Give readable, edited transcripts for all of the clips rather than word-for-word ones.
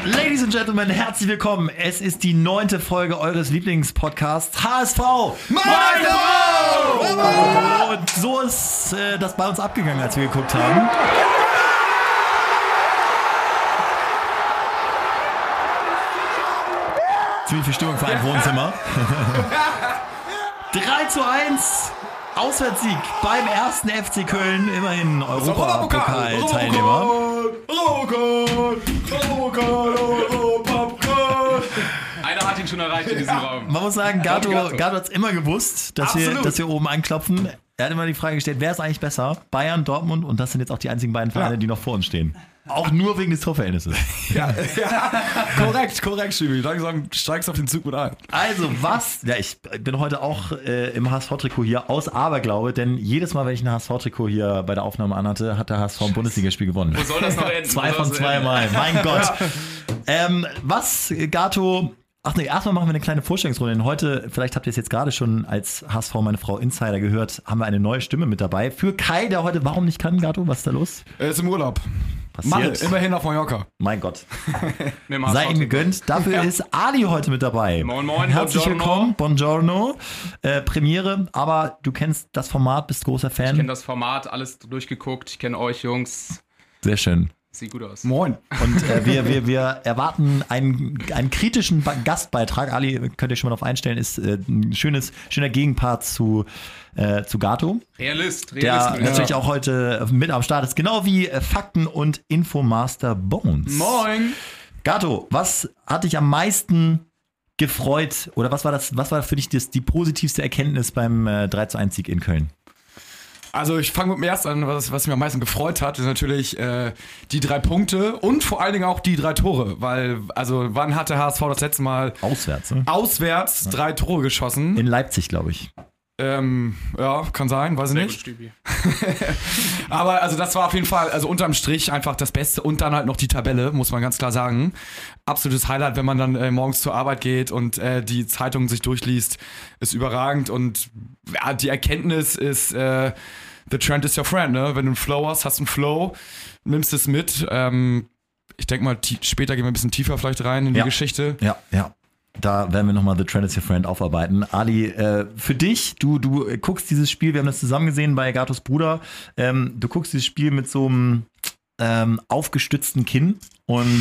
Ladies and Gentlemen, herzlich willkommen. Es ist die 9. Folge eures Lieblingspodcasts HSV. Meister! Und so ist das bei uns abgegangen, als wir geguckt haben. Ziemlich viel Stimmung für ein Wohnzimmer. 3:1 Auswärtssieg beim 1. FC Köln, immerhin Europapokal-Teilnehmer. Einer hat ihn schon erreicht in diesem Raum. Man muss sagen, Gato hat es immer gewusst, dass wir oben anklopfen. Er hat immer die Frage gestellt, wer ist eigentlich besser? Bayern, Dortmund, und das sind jetzt auch die einzigen beiden Vereine, die noch vor uns stehen. Auch nur wegen des Torverhältnisses. Ja. Korrekt, Schibi. Langsam steigst du auf den Zug mit ein. Also ich bin heute auch im HSV-Trikot hier aus Aberglaube, denn jedes Mal, wenn ich ein HSV-Trikot hier bei der Aufnahme anhatte, hat der HSV ein Bundesligaspiel gewonnen. Wo soll das noch enden? 2 von 2 Mal, mein Gott. Gato... erstmal machen wir eine kleine Vorstellungsrunde. Denn heute, vielleicht habt ihr es jetzt gerade schon als HSV meine Frau Insider gehört, haben wir eine neue Stimme mit dabei. Für Kai, der heute warum nicht kann, Gato, was ist da los? Er ist im Urlaub. Passiert. Immerhin auf Mallorca. Mein Gott. Sei ihm gegönnt. Dafür ist Ali heute mit dabei. Moin, moin. Herzlich Buongiorno. willkommen. Buongiorno. Premiere, aber du kennst das Format, bist großer Fan. Ich kenne das Format, alles durchgeguckt. Ich kenne euch, Jungs. Sehr schön. Sieht gut aus. Moin. Und wir erwarten einen kritischen Gastbeitrag. Ali, könnt ihr schon mal darauf einstellen, ist ein schöner Gegenpart zu Gato. Realist. Der natürlich auch heute mit am Start ist. Genau wie Fakten und Infomaster Bones. Moin. Gato, was hat dich am meisten gefreut? Oder was war für dich die positivste Erkenntnis beim 3:1-Sieg in Köln? Also ich fange mit dem ersten an, was mich am meisten gefreut hat, ist natürlich die 3 Punkte und vor allen Dingen auch die 3 Tore. Weil, also wann hat der HSV das letzte Mal auswärts 3 Tore geschossen? In Leipzig, glaube ich. Ja, kann sein, weiß ich nicht. Aber also das war auf jeden Fall, also unterm Strich einfach das Beste und dann halt noch die Tabelle, muss man ganz klar sagen. Absolutes Highlight, wenn man dann morgens zur Arbeit geht und die Zeitung sich durchliest, ist überragend und ja, die Erkenntnis ist, the trend is your friend, ne? Wenn du einen Flow hast du einen Flow, nimmst es mit. Ich denke mal, später gehen wir ein bisschen tiefer vielleicht rein in die Geschichte. Ja. Da werden wir nochmal The Trend is Your Friend aufarbeiten. Ali, für dich, du guckst dieses Spiel, wir haben das zusammen gesehen bei Gatos Bruder, du guckst dieses Spiel mit so einem aufgestützten Kinn und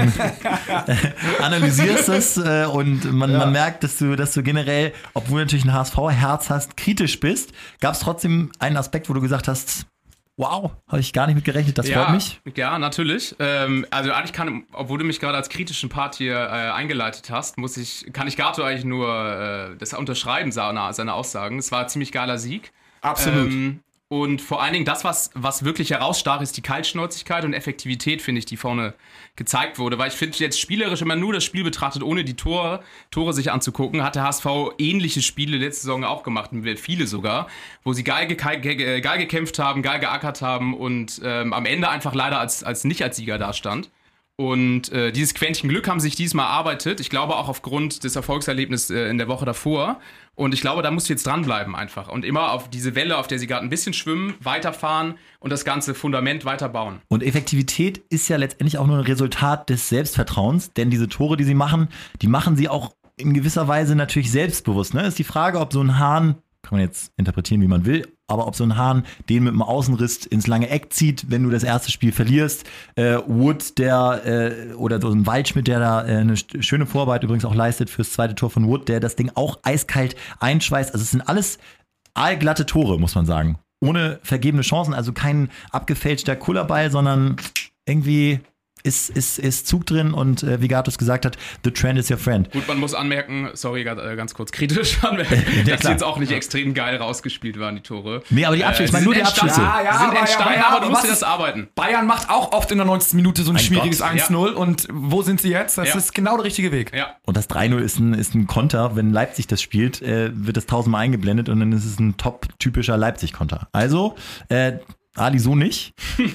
analysierst es und man merkt, dass du generell, obwohl du natürlich ein HSV-Herz hast, kritisch bist. Gab es trotzdem einen Aspekt, wo du gesagt hast, wow, habe ich gar nicht mit gerechnet, das freut mich. Ja, natürlich. Also eigentlich obwohl du mich gerade als kritischen Part hier eingeleitet hast, kann ich Gato eigentlich nur das unterschreiben, seine Aussagen. Es war ein ziemlich geiler Sieg. Absolut. Und vor allen Dingen das, was wirklich herausstach, ist die Kaltschnäuzigkeit und Effektivität, finde ich, die vorne gezeigt wurde. Weil ich finde jetzt spielerisch, wenn man nur das Spiel betrachtet, ohne die Tore sich anzugucken, hat der HSV ähnliche Spiele letzte Saison auch gemacht, viele sogar, wo sie geil gekämpft haben, geil geackert haben und am Ende einfach leider als nicht als Sieger dastand. Und dieses Quäntchen Glück haben sich diesmal erarbeitet. Ich glaube auch aufgrund des Erfolgserlebnisses in der Woche davor. Und ich glaube, da musst du jetzt dranbleiben einfach. Und immer auf diese Welle, auf der sie gerade ein bisschen schwimmen, weiterfahren und das ganze Fundament weiterbauen. Und Effektivität ist ja letztendlich auch nur ein Resultat des Selbstvertrauens. Denn diese Tore, die sie machen sie auch in gewisser Weise natürlich selbstbewusst. Ne? Ist die Frage, ob so ein Hahn, kann man jetzt interpretieren, wie man will, aber ob so ein Hahn den mit dem Außenriss ins lange Eck zieht, wenn du das erste Spiel verlierst. Wood, oder so ein Waldschmidt, der da eine schöne Vorarbeit übrigens auch leistet fürs zweite Tor von Wood, der das Ding auch eiskalt einschweißt. Also es sind alles aalglatte Tore, muss man sagen. Ohne vergebene Chancen, also kein abgefälschter Kullerball, sondern irgendwie ist Zug drin und wie Gatus gesagt hat, the trend is your friend. Gut, man muss anmerken, sorry, ganz kurz kritisch anmerken, dass die jetzt auch nicht extrem geil rausgespielt waren, die Tore. Nee, aber die Abschlüsse, ich meine nur die Abschlüsse. Sind entstanden, aber du musst dir das arbeiten. Bayern macht auch oft in der 90. Minute so ein schwieriges 1-0 und wo sind sie jetzt? Das ist genau der richtige Weg. Ja. Und das 3-0 ist ein Konter, wenn Leipzig das spielt, wird das 1000-mal eingeblendet und dann ist es ein top-typischer Leipzig-Konter. Also, Ali, so nicht.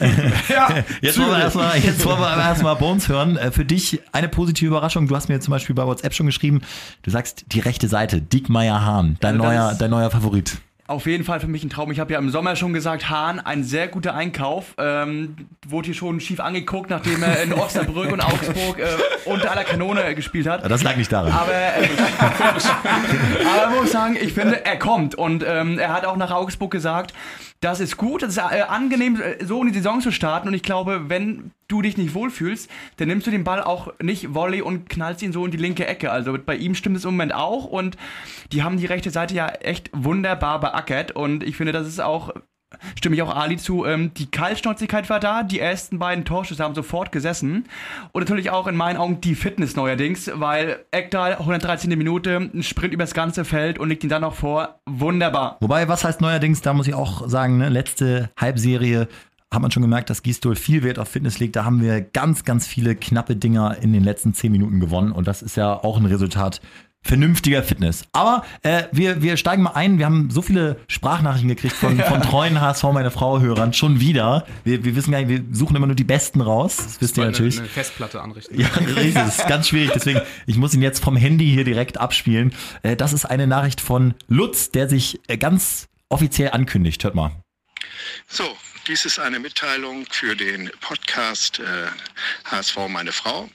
Jetzt wollen wir erstmal Bones hören. Für dich eine positive Überraschung. Du hast mir zum Beispiel bei WhatsApp schon geschrieben, du sagst die rechte Seite, Diekmeyer Hahn, dein neuer Favorit. auf jeden Fall für mich ein Traum. Ich habe ja im Sommer schon gesagt, Hahn, ein sehr guter Einkauf. Wurde hier schon schief angeguckt, nachdem er in Osnabrück und Augsburg unter aller Kanone gespielt hat. Das lag nicht daran. Aber muss ich sagen, ich finde, er kommt. Und er hat auch nach Augsburg gesagt, das ist gut, das ist angenehm, so in die Saison zu starten. Und ich glaube, wenn du dich nicht wohlfühlst, dann nimmst du den Ball auch nicht Volley und knallst ihn so in die linke Ecke. Also bei ihm stimmt es im Moment auch. Und die haben die rechte Seite ja echt wunderbar beackert. Und ich finde, das ist auch... Stimme ich auch Ali zu, die Kaltschnäuzigkeit war da, die ersten beiden Torschüsse haben sofort gesessen und natürlich auch in meinen Augen die Fitness neuerdings, weil Ekdal, 113. Minute, ein Sprint übers ganze Feld und legt ihn dann noch vor, wunderbar. Wobei, was heißt neuerdings, da muss ich auch sagen, ne, letzte Halbserie hat man schon gemerkt, dass Gisdol viel Wert auf Fitness legt, da haben wir ganz, ganz viele knappe Dinger in den letzten 10 Minuten gewonnen und das ist ja auch ein Resultat vernünftiger Fitness. Aber wir steigen mal ein. Wir haben so viele Sprachnachrichten gekriegt von treuen HSV, meine Frau-Hörern. Schon wieder. Wir wissen gar nicht, wir suchen immer nur die Besten raus. Das wisst ihr natürlich. Eine Festplatte anrichten. Ja, richtig. Das ist ganz schwierig. Deswegen, ich muss ihn jetzt vom Handy hier direkt abspielen. Das ist eine Nachricht von Lutz, der sich ganz offiziell ankündigt. Hört mal. So, dies ist eine Mitteilung für den Podcast HSV, meine Frau.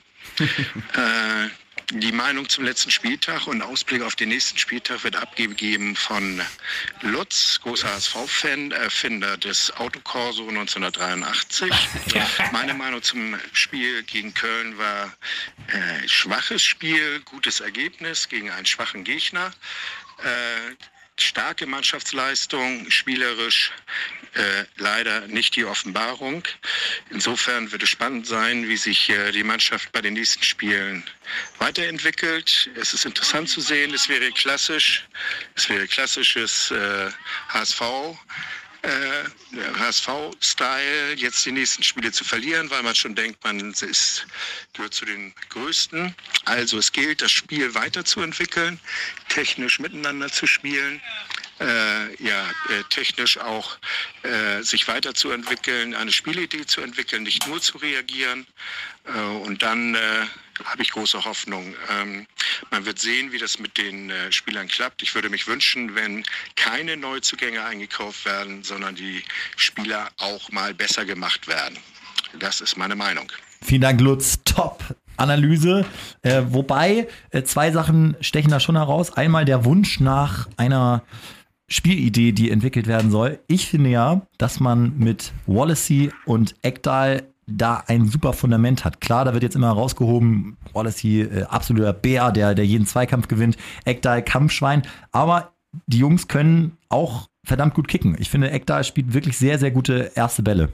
Die Meinung zum letzten Spieltag und Ausblick auf den nächsten Spieltag wird abgegeben von Lutz, großer HSV-Fan, Erfinder des Autokorso 1983. Ja. Meine Meinung zum Spiel gegen Köln war schwaches Spiel, gutes Ergebnis gegen einen schwachen Gegner. Starke Mannschaftsleistung, spielerisch leider nicht die Offenbarung. Insofern wird es spannend sein, wie sich die Mannschaft bei den nächsten Spielen weiterentwickelt. Es ist interessant zu sehen, es wäre klassisches HSV. HSV-Style, jetzt die nächsten Spiele zu verlieren, weil man schon denkt, man gehört zu den Größten. Also es gilt, das Spiel weiterzuentwickeln, technisch miteinander zu spielen, technisch auch sich weiterzuentwickeln, eine Spielidee zu entwickeln, nicht nur zu reagieren. Und dann habe ich große Hoffnung. Man wird sehen, wie das mit den Spielern klappt. Ich würde mich wünschen, wenn keine Neuzugänge eingekauft werden, sondern die Spieler auch mal besser gemacht werden. Das ist meine Meinung. Vielen Dank, Lutz. Top Analyse. Wobei, 2 Sachen stechen da schon heraus. Einmal der Wunsch nach einer Spielidee, die entwickelt werden soll. Ich finde ja, dass man mit Wallacey und Ekdal da ein super Fundament hat. Klar, da wird jetzt immer rausgehoben, Wallacey, absoluter Bär, der jeden Zweikampf gewinnt, Ekdal, Kampfschwein, aber die Jungs können auch verdammt gut kicken. Ich finde, Ekdal spielt wirklich sehr, sehr gute erste Bälle.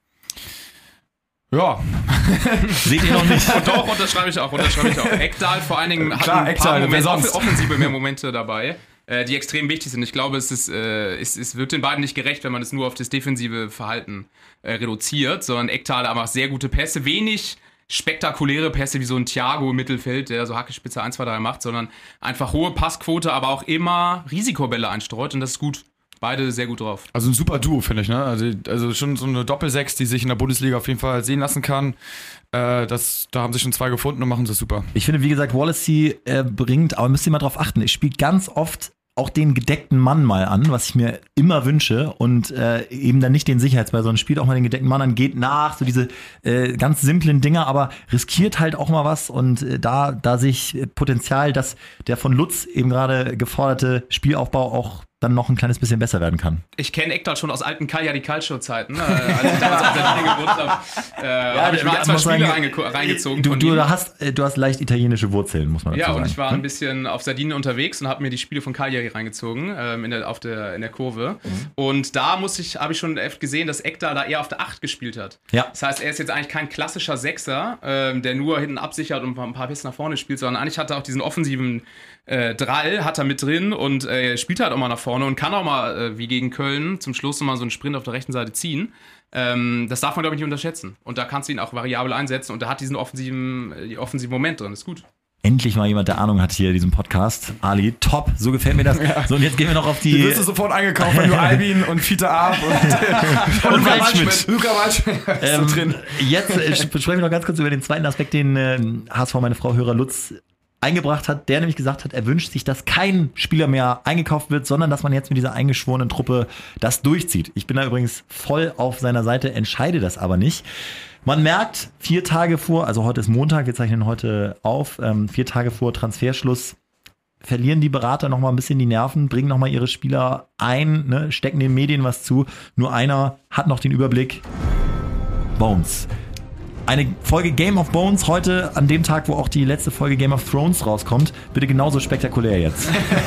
Ja. Seht ihr noch nicht? Und doch, unterschreibe ich auch. Ekdal vor allen Dingen hat ein paar offensive mehr Momente dabei, die extrem wichtig sind. Ich glaube, es wird den beiden nicht gerecht, wenn man es nur auf das defensive Verhalten reduziert, sondern Ekdal aber sehr gute Pässe, wenig spektakuläre Pässe wie so ein Thiago im Mittelfeld, der so Hackespitze 1, 2, 3 macht, sondern einfach hohe Passquote, aber auch immer Risikobälle einstreut und das ist gut. Beide sehr gut drauf. Also ein super Duo, finde ich, ne? Also schon so eine Doppel-6, die sich in der Bundesliga auf jeden Fall sehen lassen kann. Da haben sich schon 2 gefunden und machen das super. Ich finde, wie gesagt, Wallacey bringt, aber müsst ihr mal drauf achten, er spielt ganz oft auch den gedeckten Mann mal an, was ich mir immer wünsche und eben dann nicht den Sicherheitsball, sondern spielt auch mal den gedeckten Mann an, geht nach, so diese ganz simplen Dinger, aber riskiert halt auch mal was und da sehe ich Potenzial, dass der von Lutz eben gerade geforderte Spielaufbau auch dann noch ein kleines bisschen besser werden kann. Ich kenne Ekdal schon aus alten Cagliari Calcio-Zeiten. Als ich damals auf der Linie gewohnt habe, habe ich mal 1, 2 Spiele reingezogen. Du hast leicht italienische Wurzeln, muss man dazu sagen. Ja, und ich war ein bisschen auf Sardinien unterwegs und habe mir die Spiele von Cagliari reingezogen, in der Kurve. Und da habe ich schon oft gesehen, dass Ekdal da eher auf der 8 gespielt hat. Ja. Das heißt, er ist jetzt eigentlich kein klassischer Sechser, der nur hinten absichert und ein paar Pässe nach vorne spielt, sondern eigentlich hat er auch diesen offensiven Drall hat er mit drin und spielt halt auch mal nach vorne und kann auch mal, wie gegen Köln, zum Schluss nochmal so einen Sprint auf der rechten Seite ziehen. Das darf man, glaube ich, nicht unterschätzen. Und da kannst du ihn auch variabel einsetzen und der hat diesen offensiven Moment drin. Das ist gut. Endlich mal jemand, der Ahnung hat hier in diesem Podcast. Ali, top, so gefällt mir das. Ja. So, und jetzt gehen wir noch auf die... Du wirst sofort eingekauft, wenn du Albin und Fiete Ab und Luca Waldschmidt drin. Jetzt sprechen wir noch ganz kurz über den zweiten Aspekt, den HSV, meine Frau, Hörer Lutz eingebracht hat, der nämlich gesagt hat, er wünscht sich, dass kein Spieler mehr eingekauft wird, sondern dass man jetzt mit dieser eingeschworenen Truppe das durchzieht. Ich bin da übrigens voll auf seiner Seite, entscheide das aber nicht. Man merkt 4 Tage vor, also heute ist Montag, wir zeichnen heute auf, 4 Tage vor Transferschluss, verlieren die Berater nochmal ein bisschen die Nerven, bringen nochmal ihre Spieler ein, ne, stecken den Medien was zu. Nur einer hat noch den Überblick. Bones. Eine Folge Game of Bones heute an dem Tag, wo auch die letzte Folge Game of Thrones rauskommt. Bitte genauso spektakulär jetzt.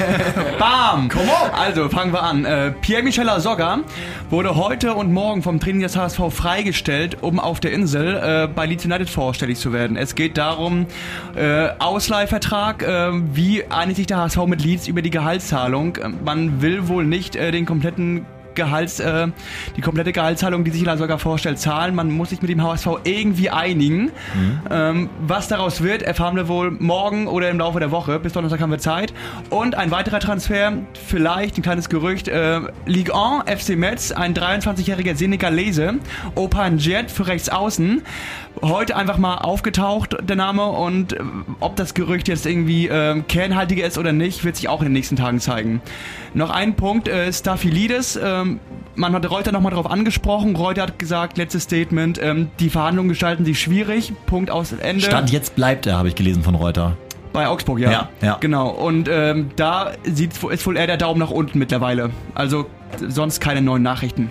Bam! Come on! Also, fangen wir an. Pierre-Michel Lasogga wurde heute und morgen vom Training des HSV freigestellt, um auf der Insel bei Leeds United vorstellig zu werden. Es geht darum, Ausleihvertrag, wie einigt sich der HSV mit Leeds über die Gehaltszahlung. Man will wohl nicht die komplette Gehaltszahlung, die sich Lasogga vorstellt, zahlen. Man muss sich mit dem HSV irgendwie einigen. Was daraus wird, erfahren wir wohl morgen oder im Laufe der Woche. Bis Donnerstag haben wir Zeit. Und ein weiterer Transfer, vielleicht ein kleines Gerücht, Ligue 1, FC Metz, ein 23-jähriger Senegalese, Opan Jet für rechts außen. Heute einfach mal aufgetaucht, der Name, und ob das Gerücht jetzt irgendwie kernhaltiger ist oder nicht, wird sich auch in den nächsten Tagen zeigen. Noch ein Punkt, Staphylides, man hat Reuter nochmal darauf angesprochen. Reuter hat gesagt, letztes Statement, die Verhandlungen gestalten sich schwierig. Punkt, aus Ende. Stand jetzt bleibt er, habe ich gelesen von Reuter. Bei Augsburg, ja. Ja. Genau. Und da ist wohl eher der Daumen nach unten mittlerweile. Also sonst keine neuen Nachrichten.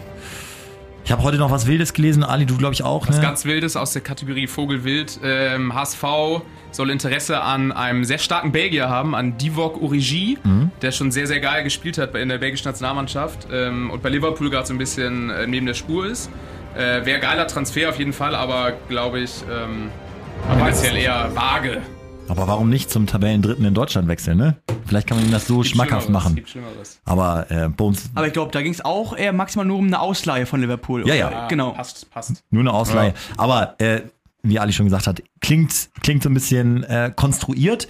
Ich habe heute noch was Wildes gelesen, Ali, du glaube ich auch, was ne? ganz Wildes aus der Kategorie Vogelwild. HSV soll Interesse an einem sehr starken Belgier haben, an Divock Origi, der schon sehr, sehr geil gespielt hat in der belgischen Nationalmannschaft und bei Liverpool gerade so ein bisschen neben der Spur ist. Wäre geiler Transfer auf jeden Fall, aber glaube ich tendenziell eher vage. Aber warum nicht zum Tabellendritten in Deutschland wechseln, ne? Vielleicht kann man ihm das so schmackhaft machen. Gibt Schlimmeres. Aber Bones. Aber ich glaube, da ging es auch eher maximal nur um eine Ausleihe von Liverpool. Ja. Genau. Passt. Nur eine Ausleihe. Ja. Aber wie Ali schon gesagt hat, klingt so ein bisschen konstruiert.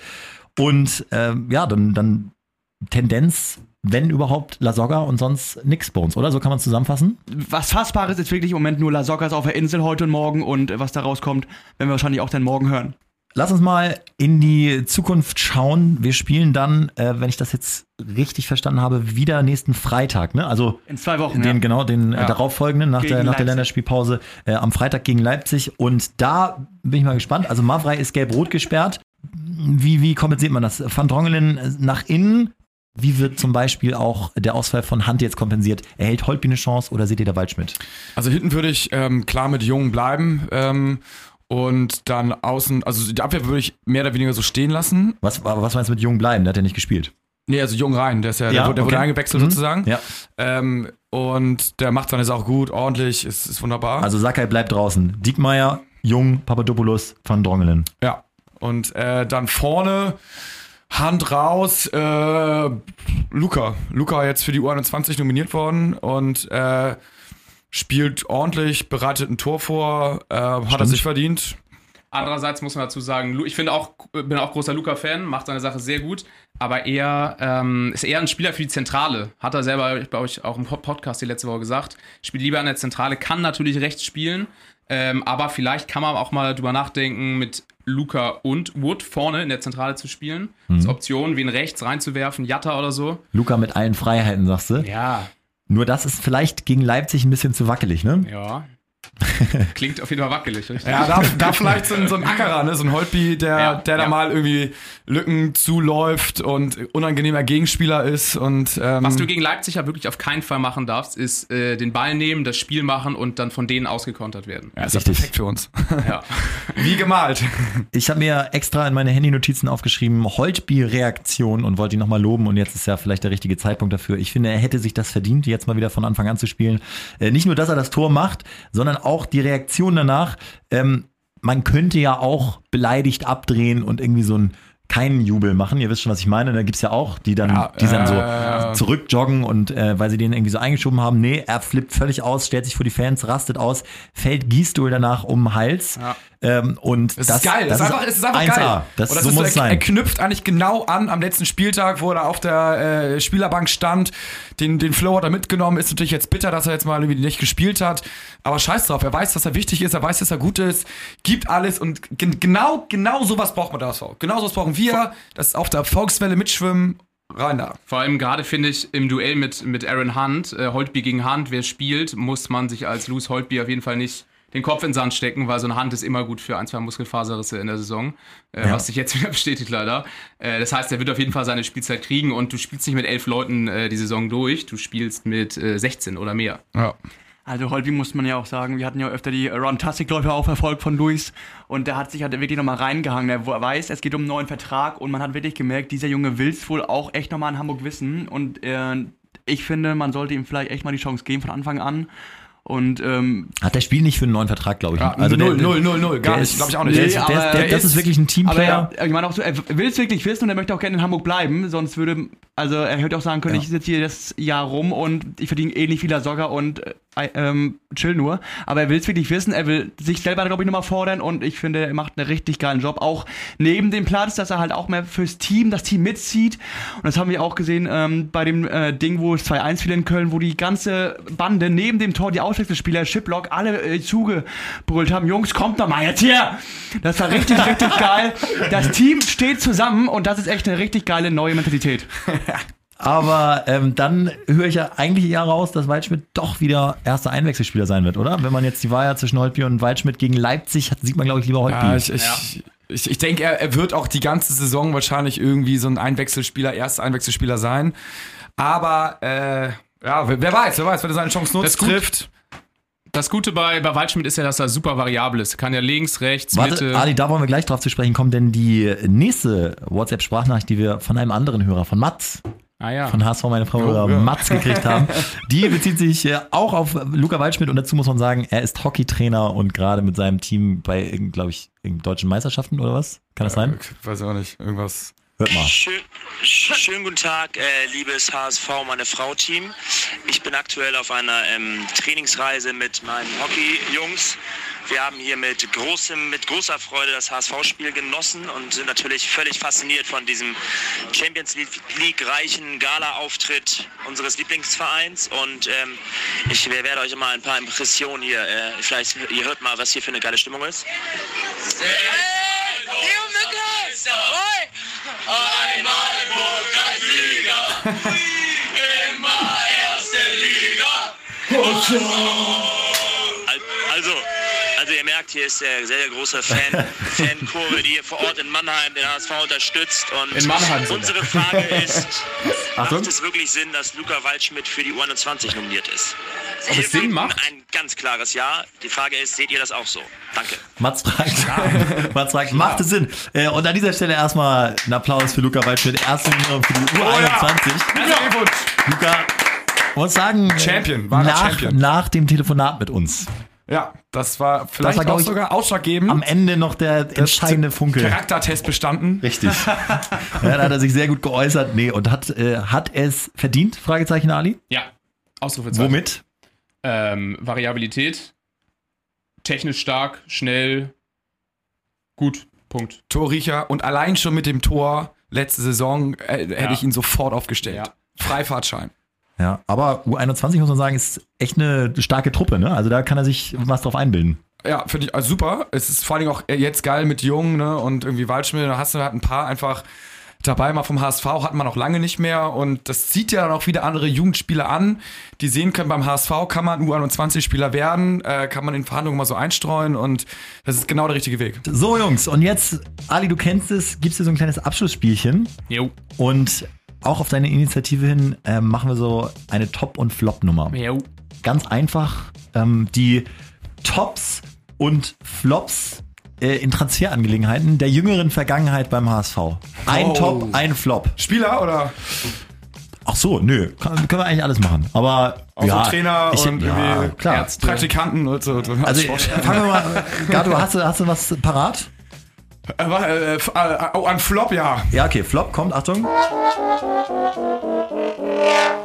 Und dann Tendenz, wenn überhaupt, Lasogga und sonst nix Bones, oder? So kann man es zusammenfassen? Was Fassbares ist wirklich im Moment nur Lasogga ist auf der Insel heute und morgen, und was da rauskommt, werden wir wahrscheinlich auch dann morgen hören. Lass uns mal in die Zukunft schauen. Wir spielen dann, wenn ich das jetzt richtig verstanden habe, wieder nächsten Freitag, ne? Also in 2 Wochen, den darauffolgenden, nach der Länderspielpause, am Freitag gegen Leipzig. Und da bin ich mal gespannt. Also Mavrei ist gelb-rot gesperrt. Wie kompensiert man das? Van Drongelen nach innen. Wie wird zum Beispiel auch der Ausfall von Hand jetzt kompensiert? Erhält Holtby eine Chance oder seht ihr da Waldschmidt? Also hinten würde ich klar mit Jung bleiben. Und dann außen, also die Abwehr würde ich mehr oder weniger so stehen lassen. Was meinst du mit Jung bleiben? Der hat ja nicht gespielt. Nee, also Jung rein, der wurde eingewechselt sozusagen. Ja. Und der macht seine Sache gut, ordentlich, ist wunderbar. Also Sakai bleibt draußen. Diekmeyer, Jung, Papadopoulos, Van Drongelen. Ja, und dann vorne Hand raus, Luca jetzt für die U21 nominiert worden und spielt ordentlich, bereitet ein Tor vor, hat er sich verdient. Andererseits muss man dazu sagen, ich bin auch großer Luca-Fan, macht seine Sache sehr gut, aber ist eher ein Spieler für die Zentrale. Hat er selber, glaube ich, auch im Podcast die letzte Woche gesagt. Spielt lieber an der Zentrale, kann natürlich rechts spielen, aber vielleicht kann man auch mal drüber nachdenken, mit Luca und Wood vorne in der Zentrale zu spielen. Als Option, wen rechts reinzuwerfen, Jatta oder so. Luca mit allen Freiheiten, sagst du? Ja. Nur das ist vielleicht gegen Leipzig ein bisschen zu wackelig, ne? Ja. Klingt auf jeden Fall wackelig, richtig? Ja, da vielleicht so ein Ackerer, ne? So ein Holtby, der da mal irgendwie Lücken zuläuft und unangenehmer Gegenspieler ist. Und was du gegen Leipzig ja wirklich auf keinen Fall machen darfst, ist den Ball nehmen, das Spiel machen und dann von denen ausgekontert werden. Ja, ist das perfekt für uns. Ja. Wie gemalt. Ich habe mir extra in meine Handy-Notizen aufgeschrieben, Holtby-Reaktion, und wollte ihn nochmal loben, und jetzt ist ja vielleicht der richtige Zeitpunkt dafür. Ich finde, er hätte sich das verdient, jetzt mal wieder von Anfang an zu spielen. Nicht nur, dass er das Tor macht, sondern auch die Reaktion danach. Man könnte ja auch beleidigt abdrehen und irgendwie keinen Jubel machen. Ihr wisst schon, was ich meine. Da gibt's ja auch, die dann so zurückjoggen und weil sie den irgendwie so eingeschoben haben. Nee, er flippt völlig aus, stellt sich vor die Fans, rastet aus, fällt Gießstuhl danach um den Hals. Ja. Und das ist geil. Das ist einfach 1A. geil. So muss es sein. Er knüpft eigentlich genau an am letzten Spieltag, wo er auf der Spielerbank stand. Den Flow hat er mitgenommen. Ist natürlich jetzt bitter, dass er jetzt mal irgendwie nicht gespielt hat. Aber scheiß drauf. Er weiß, dass er wichtig ist. Er weiß, dass er gut ist. Gibt alles. Und genau sowas braucht man da. Genau sowas brauchen wir. Das auf der Erfolgswelle mitschwimmen. Rein da. Vor allem gerade finde ich im Duell mit Aaron Hunt, Holtby gegen Hunt, wer spielt, muss man sich als Luz Holtby auf jeden Fall nicht den Kopf in den Sand stecken, weil so ein Hunt ist immer gut für 1-2 Muskelfaserrisse in der Saison, was sich jetzt wieder bestätigt leider. Das heißt, er wird auf jeden Fall seine Spielzeit kriegen und du spielst nicht mit 11 Leuten die Saison durch, du spielst mit 16 oder mehr. Ja. Also Holtby muss man ja auch sagen, wir hatten ja öfter die Runtastic-Läufe auch verfolgt von Luis und der hat sich halt wirklich nochmal reingehangen. Er weiß, es geht um einen neuen Vertrag und man hat wirklich gemerkt, dieser Junge will es wohl auch echt nochmal in Hamburg wissen und ich finde, man sollte ihm vielleicht echt mal die Chance geben von Anfang an. Und hat der Spiel nicht für einen neuen Vertrag, glaube ich. Ja, also 0, gar nicht, glaube ich auch nicht. Das ist wirklich ein Teamplayer. Aber ich meine auch so, er will es wirklich wissen und er möchte auch gerne in Hamburg bleiben, sonst würde, also er hätte auch sagen können, ich sitze hier das Jahr rum und ich verdiene eh nicht viel Socker und chill nur, aber er will es wirklich wissen, er will sich selber, glaube ich, nochmal fordern und ich finde, er macht einen richtig geilen Job, auch neben dem Platz, dass er halt auch mehr fürs Team, das Team mitzieht und das haben wir auch gesehen bei dem Ding, wo es 2-1 fiel in Köln, wo die ganze Bande neben dem Tor, die Auswechselspieler, Shiplock, alle zugebrüllt haben, Jungs, kommt doch mal jetzt hier! Das war richtig geil. Das Team steht zusammen und das ist echt eine richtig geile neue Mentalität. Aber dann höre ich ja eigentlich eher raus, dass Waldschmidt doch wieder erster Einwechselspieler sein wird, oder? Wenn man jetzt die Wahl hat zwischen Holtby und Waldschmidt gegen Leipzig hat, sieht man, glaube ich, lieber Holtby. Ich denke, er wird auch die ganze Saison wahrscheinlich irgendwie so ein erster Einwechselspieler sein. Aber wer weiß, wenn er seine Chance nutzt, trifft. Das Gute bei Waldschmidt ist ja, dass er super variabel ist. Kann ja links, rechts, Mitte. Ali, da wollen wir gleich drauf zu sprechen kommen, denn die nächste WhatsApp-Sprachnachricht, die wir von einem anderen Hörer, von Mats, von HSV, meine Frau, Mats gekriegt haben, die bezieht sich auch auf Luca Waldschmidt und dazu muss man sagen, er ist Hockeytrainer und gerade mit seinem Team bei, glaube ich, deutschen Meisterschaften oder was? Kann das sein? Weiß ich auch nicht, irgendwas. Hört mal. Schönen guten Tag, liebes HSV, meine Frau-Team. Ich bin aktuell auf einer Trainingsreise mit meinen Hockey-Jungs. Wir haben hier mit großer Freude das HSV-Spiel genossen und sind natürlich völlig fasziniert von diesem Champions League-reichen Gala-Auftritt unseres Lieblingsvereins. Und ich werde euch mal ein paar Impressionen hier, vielleicht ihr hört mal, was hier für eine geile Stimmung ist. Einmal Pokalsieger, immer erste Liga. Also ihr merkt, hier ist eine sehr große Fankurve, die hier vor Ort in Mannheim den HSV unterstützt. Und in Mannheim unsere Frage ist, macht es wirklich Sinn, dass Luca Waldschmidt für die U21 nominiert ist? Ob es Sinn macht? Ein ganz klares Ja. Die Frage ist, seht ihr das auch so? Danke. Mats fragt, macht es Sinn? Und an dieser Stelle erstmal ein Applaus für Luca Waldschmidt, erste Nominierung für die U21. Luca, muss sagen, Champion, nach dem Telefonat mit uns. Ja, das war vielleicht auch sogar ausschlaggebend. Am Ende noch der entscheidende Funke. Charaktertest bestanden. Richtig. Da hat er sich sehr gut geäußert. Nee, und hat es verdient? Fragezeichen, Ali? Ja, Ausrufezeichen. Womit? Variabilität, technisch stark, schnell, gut, Punkt. Torriecher und allein schon mit dem Tor letzte Saison hätte ich ihn sofort aufgestellt. Ja. Freifahrtschein. Ja, aber U21 muss man sagen, ist echt eine starke Truppe, ne? Also da kann er sich was drauf einbilden. Ja, finde ich also super. Es ist vor allem auch jetzt geil mit Jung, ne? Und irgendwie Waldschmidt, da hast du halt ein paar einfach dabei, mal vom HSV, hatten wir noch lange nicht mehr und das zieht ja dann auch wieder andere Jugendspieler an, die sehen können, beim HSV kann man U21-Spieler werden, kann man in Verhandlungen mal so einstreuen und das ist genau der richtige Weg. So Jungs, und jetzt, Ali, du kennst es, gibst dir so ein kleines Abschlussspielchen. Jo. Und auch auf deine Initiative hin machen wir so eine Top- und Flop-Nummer. Jo. Ganz einfach, die Tops und Flops in Transferangelegenheiten der jüngeren Vergangenheit beim HSV. Ein Top, ein Flop. Spieler oder? Ach so, nö, können wir eigentlich alles machen. Aber auch ja, so Trainer und irgendwie klar. Praktikanten und so. Also fangen wir mal, Gato, hast du was parat? Ein Flop, ja. Ja, okay, Flop kommt, Achtung.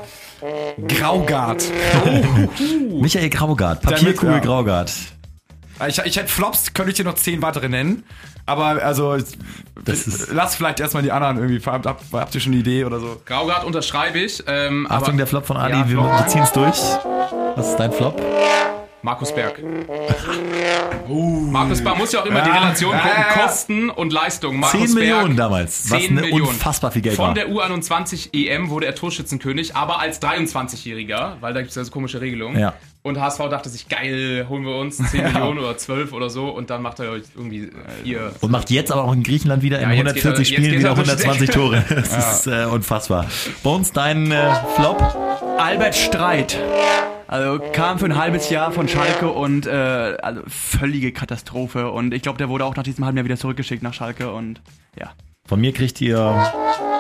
Graugart. Michael Graugart, Papierkugel Graugart. Ich hätte Flops, könnte ich dir noch 10 weitere nennen. Aber also, lass vielleicht erstmal die anderen irgendwie. Habt ihr schon eine Idee oder so? Graugard unterschreibe ich. Achtung, der Flop von Adi, Ja, wir ziehen es durch. Was ist dein Flop? Markus Berg. Markus Berg muss ja auch immer die Relation gucken, Kosten und Leistung. Markus 10 Millionen Berg, damals, was 10 eine Millionen. unfassbar viel Geld war. Von der U21 EM wurde er Torschützenkönig, aber als 23-Jähriger, weil da gibt es ja so komische Regelungen. Ja. Und HSV dachte sich, geil, holen wir uns 10 Millionen oder 12 oder so und dann macht er irgendwie 4. Und macht jetzt aber auch in Griechenland wieder in jetzt 140 geht er- Spielen jetzt wieder geht er durch die 120 Tore. Das ist unfassbar. Bones, dein Flop? Albert Streit. Also kam für ein halbes Jahr von Schalke und also völlige Katastrophe. Und ich glaube, der wurde auch nach diesem halben Jahr wieder zurückgeschickt nach Schalke und ja. Von mir kriegt ihr...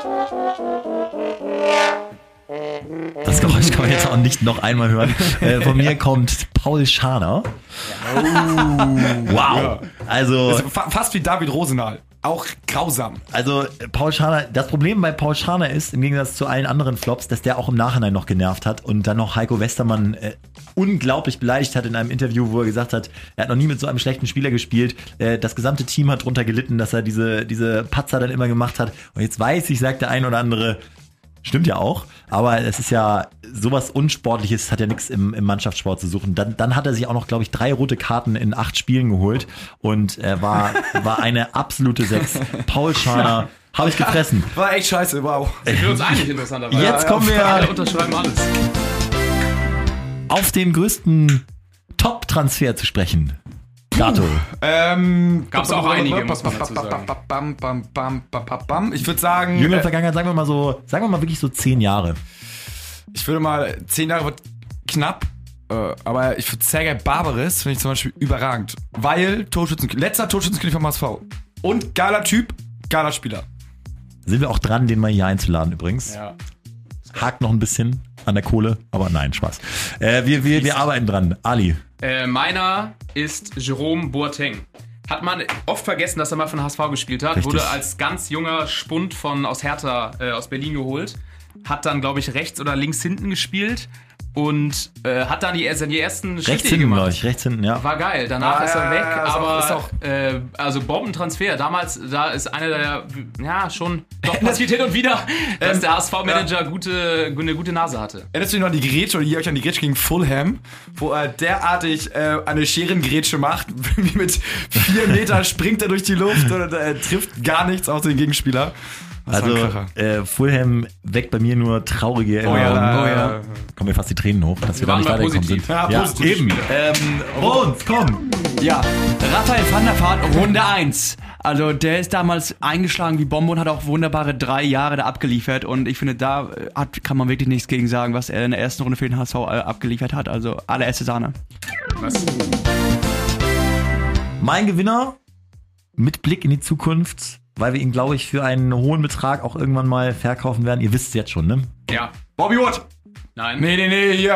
Das Geräusch kann man jetzt auch nicht noch einmal hören. Von mir kommt Paul Scharner. Wow. Also... Also, fast wie David Rosendahl. Auch grausam. Also Paul Scharner, das Problem bei Paul Scharner ist, im Gegensatz zu allen anderen Flops, dass der auch im Nachhinein noch genervt hat und dann noch Heiko Westermann unglaublich beleidigt hat in einem Interview, wo er gesagt hat, er hat noch nie mit so einem schlechten Spieler gespielt. Das gesamte Team hat drunter gelitten, dass er diese Patzer dann immer gemacht hat. Und jetzt weiß ich, sagt der ein oder andere, stimmt ja auch, aber es ist ja sowas Unsportliches, hat ja nichts im Mannschaftssport zu suchen. Dann hat er sich auch noch, glaube ich, 3 rote Karten in 8 Spielen geholt und war eine absolute 6. Paul Scharner, habe ich gefressen. War echt scheiße, wow. Für uns eigentlich interessanterweise. Jetzt kommen Alle wir unterschreiben alles. auf den größten Top-Transfer zu sprechen. Gato. Gab's auch einige, muss man dazu sagen. Ich würde sagen, Jüngere Vergangenheit, sagen wir mal wirklich so 10 Jahre. ich würde mal 10 Jahre wird knapp, aber ich würde Sergej Barbares finde ich zum Beispiel überragend, weil letzter Torschützenkönig vom HSV und geiler Typ, geiler Spieler. Sind wir auch dran, den mal hier einzuladen übrigens. Ja. Hakt noch ein bisschen an der Kohle, aber nein, Spaß. Wir arbeiten dran. Ali. Meiner ist Jerome Boateng. Hat man oft vergessen, dass er mal von HSV gespielt hat. Richtig. Wurde als ganz junger Spund aus Hertha aus Berlin geholt. Hat dann, glaube ich, rechts oder links hinten gespielt. Und hat dann die ersten Rechts Schritte hinten, glaube gemacht. ich. Rechts hinten, ja. War geil. Danach ist er weg. ist Aber auch- also Bombentransfer. Damals, da ist einer der, schon, doch passiert hin und wieder, dass der HSV-Manager eine gute Nase hatte. Erinnerst du dich noch an die Grätsche oder ihr euch an die Grätsche gegen Fulham, wo er derartig eine Scherengrätsche macht, wie mit 4 Meter springt er durch die Luft und er trifft gar nichts außer den Gegenspieler. Das war ein Also Kracher. Fulham weckt bei mir nur traurige Erinnerungen. Kommen mir fast die Tränen hoch, dass wir da waren nicht mal weitergekommen positiv. sind. Ja, positiv eben. Bones, komm. Ja, Raphael van der Vaart, Runde 1. Also der ist damals eingeschlagen wie Bombe und hat auch wunderbare 3 Jahre da abgeliefert. Und ich finde, da kann man wirklich nichts gegen sagen, was er in der ersten Runde für den HSV abgeliefert hat. Also allererste Sahne. Was? Mein Gewinner mit Blick in die Zukunft, weil wir ihn, glaube ich, für einen hohen Betrag auch irgendwann mal verkaufen werden. Ihr wisst es jetzt schon, ne? Ja. Bobby Wood! Nein. Nee, hier,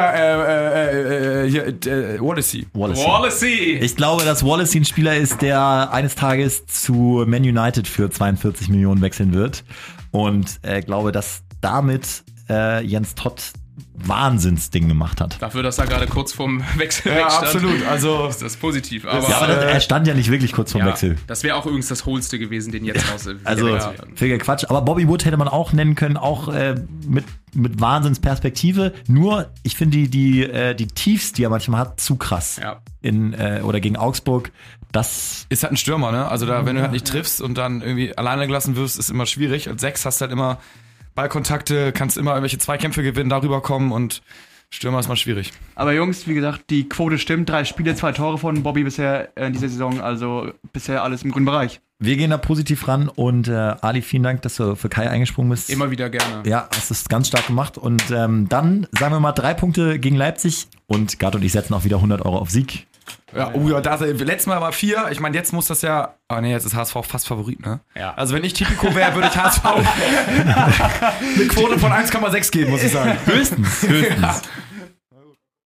Wallacey. Wallacey. Ich glaube, dass Wallacey ein Spieler ist, der eines Tages zu Man United für 42 Millionen wechseln wird. Und glaube, dass damit Jens Todt Wahnsinnsding gemacht hat. Dafür, dass er gerade kurz vorm Wechsel Ja, wegstand. absolut. Also, Ist das positiv. Aber, Ja, aber er stand ja nicht wirklich kurz vorm Wechsel. das wäre auch übrigens das Hohlste gewesen, den jetzt raus. Also, völliger Quatsch. Aber Bobby Wood hätte man auch nennen können, auch mit Wahnsinnsperspektive. Nur, ich finde die Tiefs, die er manchmal hat, zu krass. Ja. Oder gegen Augsburg. Das ist halt ein Stürmer, ne? Also da, wenn du halt nicht triffst und dann irgendwie alleine gelassen wirst, ist immer schwierig. Als 6 hast du halt immer Ballkontakte, kannst immer irgendwelche Zweikämpfe gewinnen, darüber kommen und Stürmer ist mal schwierig. Aber Jungs, wie gesagt, die Quote stimmt. 3 Spiele, 2 Tore von Bobby bisher in dieser Saison. Also bisher alles im grünen Bereich. wir gehen da positiv ran und Ali, vielen Dank, dass du für Kai eingesprungen bist. Immer wieder gerne. Ja, hast es ganz stark gemacht. Und dann sagen wir mal 3 Punkte gegen Leipzig und Gart und ich setzen auch wieder 100 Euro auf Sieg. Ja, letztes Mal war 4. Ich meine, jetzt muss das ja. Aber nee, jetzt ist HSV fast Favorit, ne? Ja. Also, wenn ich Tipico wäre, würde ich HSV eine Quote von 1,6 geben, muss ich sagen. Höchstens.